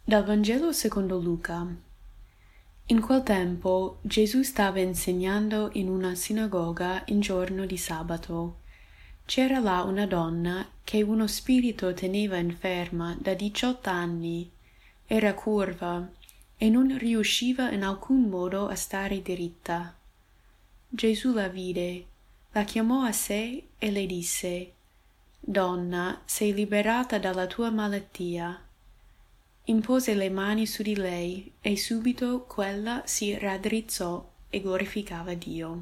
Dal Vangelo secondo Luca. In quel tempo Gesù stava insegnando in una sinagoga in giorno di sabato. C'era là una donna che uno spirito teneva inferma da 18 anni. Era curva e non riusciva in alcun modo a stare diritta. Gesù la vide, la chiamò a sé e le disse: «Donna, sei liberata dalla tua malattia». Impose le mani su di lei e subito quella si raddrizzò e glorificava Dio.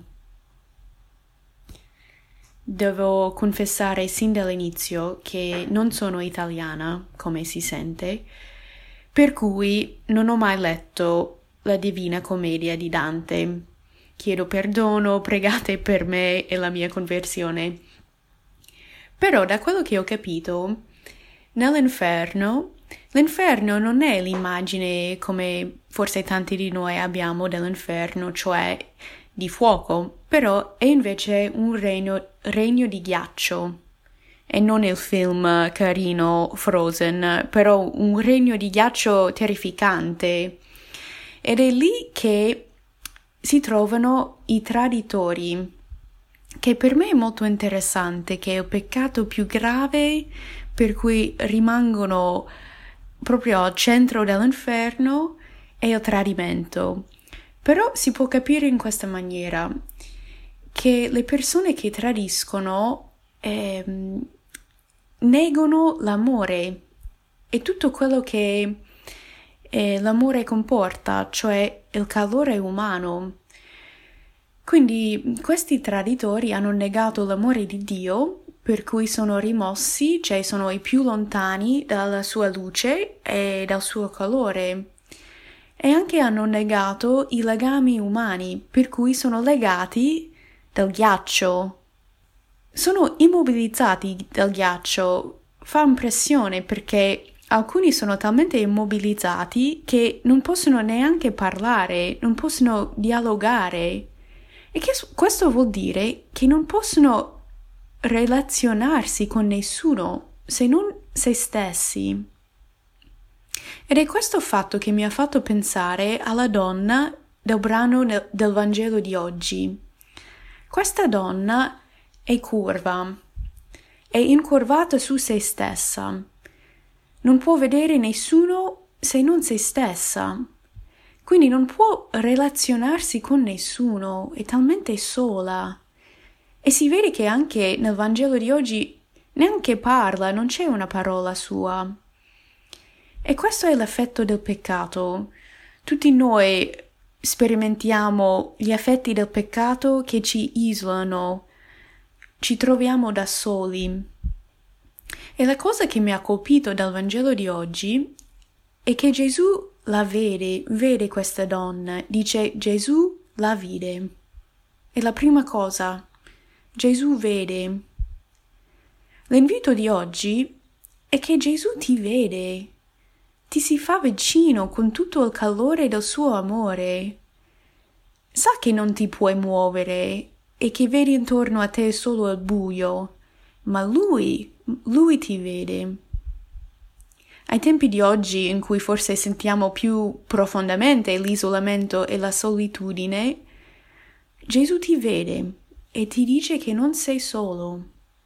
Devo confessare sin dall'inizio che non sono italiana, come si sente, per cui non ho mai letto la Divina Commedia di Dante. Chiedo perdono, pregate per me e la mia conversione. Però da quello che ho capito, l'inferno non è l'immagine come forse tanti di noi abbiamo dell'inferno, cioè di fuoco, però è invece un regno di ghiaccio. E non il film carino Frozen, però un regno di ghiaccio terrificante. Ed è lì che si trovano i traditori, che per me è molto interessante, che è il peccato più grave per cui rimangono proprio al centro dell'inferno è il tradimento. Però si può capire in questa maniera che le persone che tradiscono negano l'amore e tutto quello che l'amore comporta, cioè il calore umano. Quindi questi traditori hanno negato l'amore di Dio, per cui sono rimossi, cioè sono i più lontani dalla sua luce e dal suo calore. E anche hanno negato i legami umani, per cui sono legati dal ghiaccio. Sono immobilizzati dal ghiaccio. Fa impressione perché alcuni sono talmente immobilizzati che non possono neanche parlare, non possono dialogare. E questo vuol dire che non possono relazionarsi con nessuno se non se stessi. Ed è questo fatto che mi ha fatto pensare alla donna del brano del Vangelo di oggi. Questa donna è curva, è incurvata su se stessa. Non può vedere nessuno se non se stessa. Quindi non può relazionarsi con nessuno, è talmente sola. E si vede che anche nel Vangelo di oggi neanche parla, non c'è una parola sua. E questo è l'effetto del peccato. Tutti noi sperimentiamo gli effetti del peccato che ci isolano, ci troviamo da soli. E la cosa che mi ha colpito dal Vangelo di oggi è che Gesù la vede questa donna, dice Gesù la vide. È la prima cosa, Gesù vede. L'invito di oggi è che Gesù ti vede, ti si fa vicino con tutto il calore del suo amore. Sa che non ti puoi muovere e che vedi intorno a te solo il buio, ma lui ti vede. Ai tempi di oggi, in cui forse sentiamo più profondamente l'isolamento e la solitudine, Gesù ti vede e ti dice che non sei solo.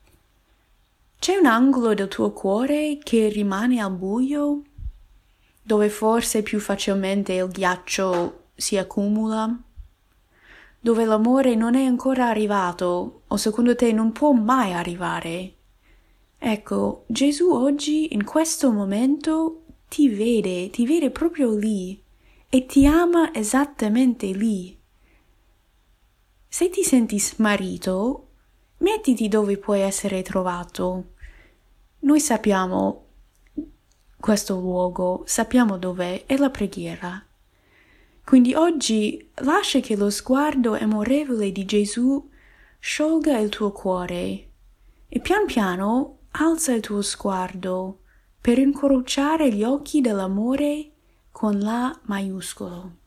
C'è un angolo del tuo cuore che rimane al buio, dove forse più facilmente il ghiaccio si accumula, dove l'amore non è ancora arrivato o secondo te non può mai arrivare. Ecco, Gesù oggi, in questo momento, ti vede proprio lì e ti ama esattamente lì. Se ti senti smarrito, mettiti dove puoi essere trovato. Noi sappiamo questo luogo, sappiamo dov'è, è la preghiera. Quindi oggi lascia che lo sguardo amorevole di Gesù sciolga il tuo cuore e pian piano alza il tuo sguardo per incrociare gli occhi dell'amore con l'A maiuscolo.